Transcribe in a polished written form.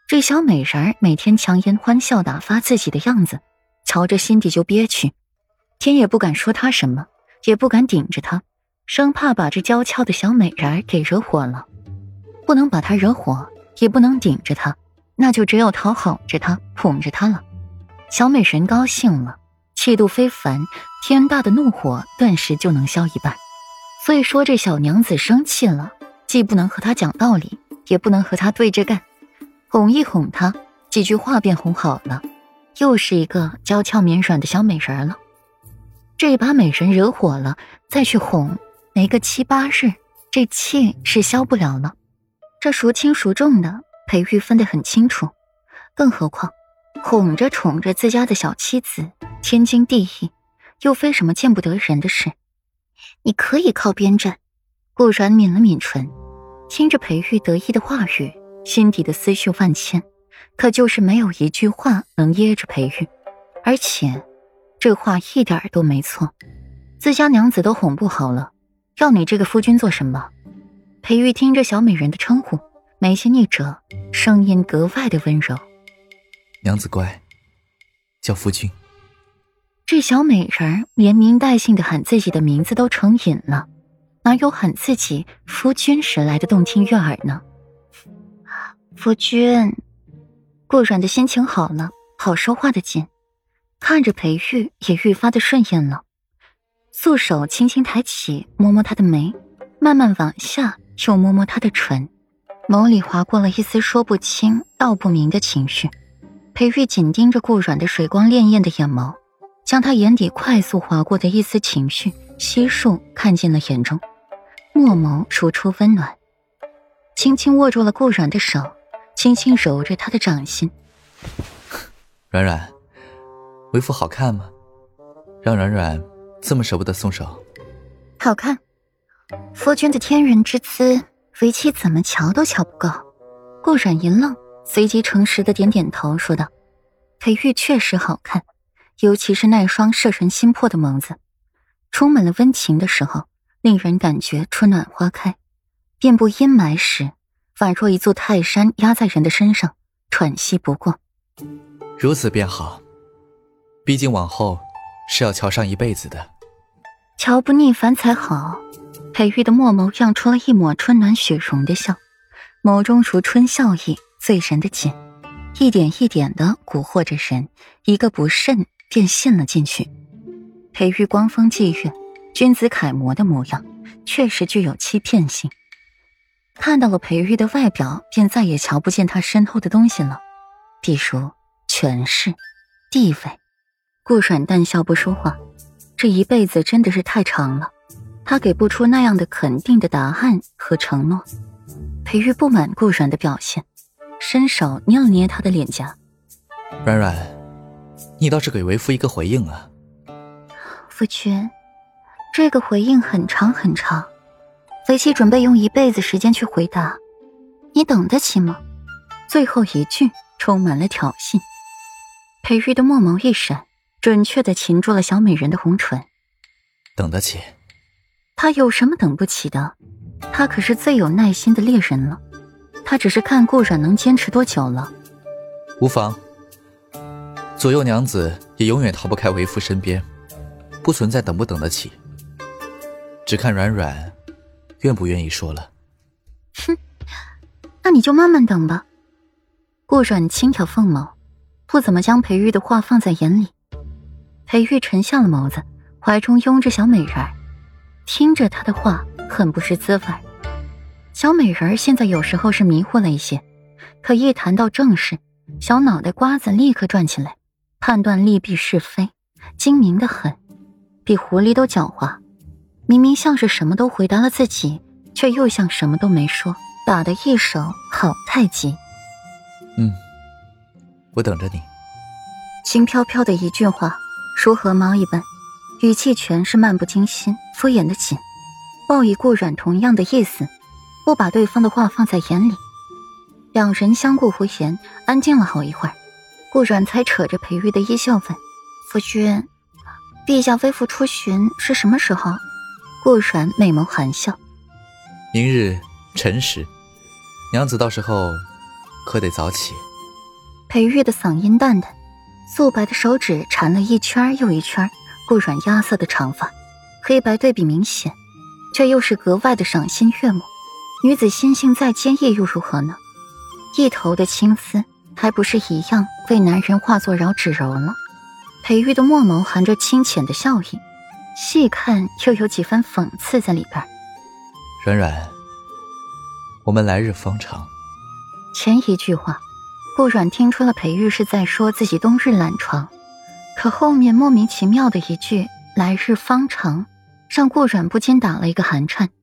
这小美人每天强颜欢笑打发自己的样子，瞧着心底就憋屈，天也不敢说她什么，也不敢顶着她，生怕把这娇俏的小美人给惹火了。不能把她惹火，也不能顶着她，那就只有讨好着她，哄着她了。小美人高兴了，气度非凡，天大的怒火顿时就能消一半。所以说这小娘子生气了，既不能和她讲道理，也不能和她对着干，哄一哄她，几句话便哄好了，又是一个娇俏绵软的小美人了。这把美人惹火了，再去哄，没个7、8日，这气是消不了了。这孰轻孰重的，裴玉分得很清楚。更何况哄着宠着自家的小妻子，天经地义，又非什么见不得人的事。你可以靠边站。顾然抿了抿唇，听着裴玉得意的话语，心底的思绪万千，可就是没有一句话能噎着裴玉。而且这话一点都没错，自家娘子都哄不好了，要你这个夫君做什么？裴玉听着小美人的称呼，眉心一折，声音格外的温柔。 娘子乖，叫夫君。 这小美人连名带姓的喊自己的名字都成瘾了，哪有喊自己夫君时来的动听悦耳呢？夫君。顾软的心情好了，好说话的紧，看着裴玉也愈发的顺眼了，素手轻轻抬起，摸摸她的眉，慢慢往下又摸摸她的唇，眸里划过了一丝说不清道不明的情绪。裴玉紧盯着顾软的水光潋滟的眼眸，将他眼底快速划过的一丝情绪悉数看进了眼中，墨眸如出温暖，轻轻握住了顾软的手，轻轻揉着他的掌心。 软软，为夫好看吗？让软软这么舍不得松手。 好看。夫君的天人之姿，为妻怎么瞧都瞧不够。顾软一愣，随即诚实的点点头说道：裴玉确实好看，尤其是那双摄人心魄的眸子，充满了温情的时候，令人感觉春暖花开；遍布阴霾时，宛若一座泰山压在人的身上，喘息不过。 如此便好，毕竟往后是要瞧上一辈子的。 瞧不腻烦才好。裴玉的墨眸漾出了一抹春暖雪融的笑，眸中如春笑意，醉人的紧，一点一点地蛊惑着人，一个不慎便陷了进去。裴玉光风霁月，君子楷模的模样，确实具有欺骗性。看到了裴玉的外表，便再也瞧不见他身后的东西了，比如权势、地位。顾软淡笑不说话，这一辈子真的是太长了，他给不出那样的肯定的答案和承诺。裴玉不满顾软的表现，伸手捏了捏他的脸颊。 软软，你倒是给为夫一个回应啊。 夫君，这个回应很长很长，为妻准备用一辈子时间去回答，你等得起吗？最后一句充满了挑衅。裴玉的墨眸一闪，准确地擒住了小美人的红唇。 等得起。 他有什么等不起的？他可是最有耐心的猎人了，他只是看顾软能坚持多久了。 无妨，左右娘子也永远逃不开为夫身边，不存在等不等得起，只看软软愿不愿意说了。 哼，那你就慢慢等吧。顾软轻挑凤眸，不怎么将裴玉的话放在眼里。裴玉沉下了眸子，怀中拥着小美人，听着他的话很不是滋味。小美人现在有时候是迷糊了一些，可一谈到正事，小脑袋瓜子立刻转起来，判断利弊是非，精明得很，比狐狸都狡猾。明明像是什么都回答了自己，却又像什么都没说，打得一手好太极。 我等着你。 轻飘飘的一句话，如河猫一般，语气全是漫不经心，敷衍的紧。报以顾软同样的意思，不把对方的话放在眼里。两人相顾无言，安静了好一会儿，顾软才扯着裴玉的衣袖问：夫君，陛下微服出巡是什么时候？顾软美眸含笑： 明日辰时，娘子到时候可得早起。 裴玉的嗓音淡淡，素白的手指缠了一圈又一圈顾软压色的长发，黑白对比明显，却又是格外的赏心悦目。女子心性再坚毅又如何呢？一头的青丝还不是一样为男人化作绕指柔了？裴玉的墨眸含着清浅的笑意，细看又有几分讽刺在里边。 软软，我们来日方长。 前一句话顾软听出了裴玉是在说自己冬日懒床，可后面莫名其妙的一句来日方长，让顾软不禁打了一个寒颤。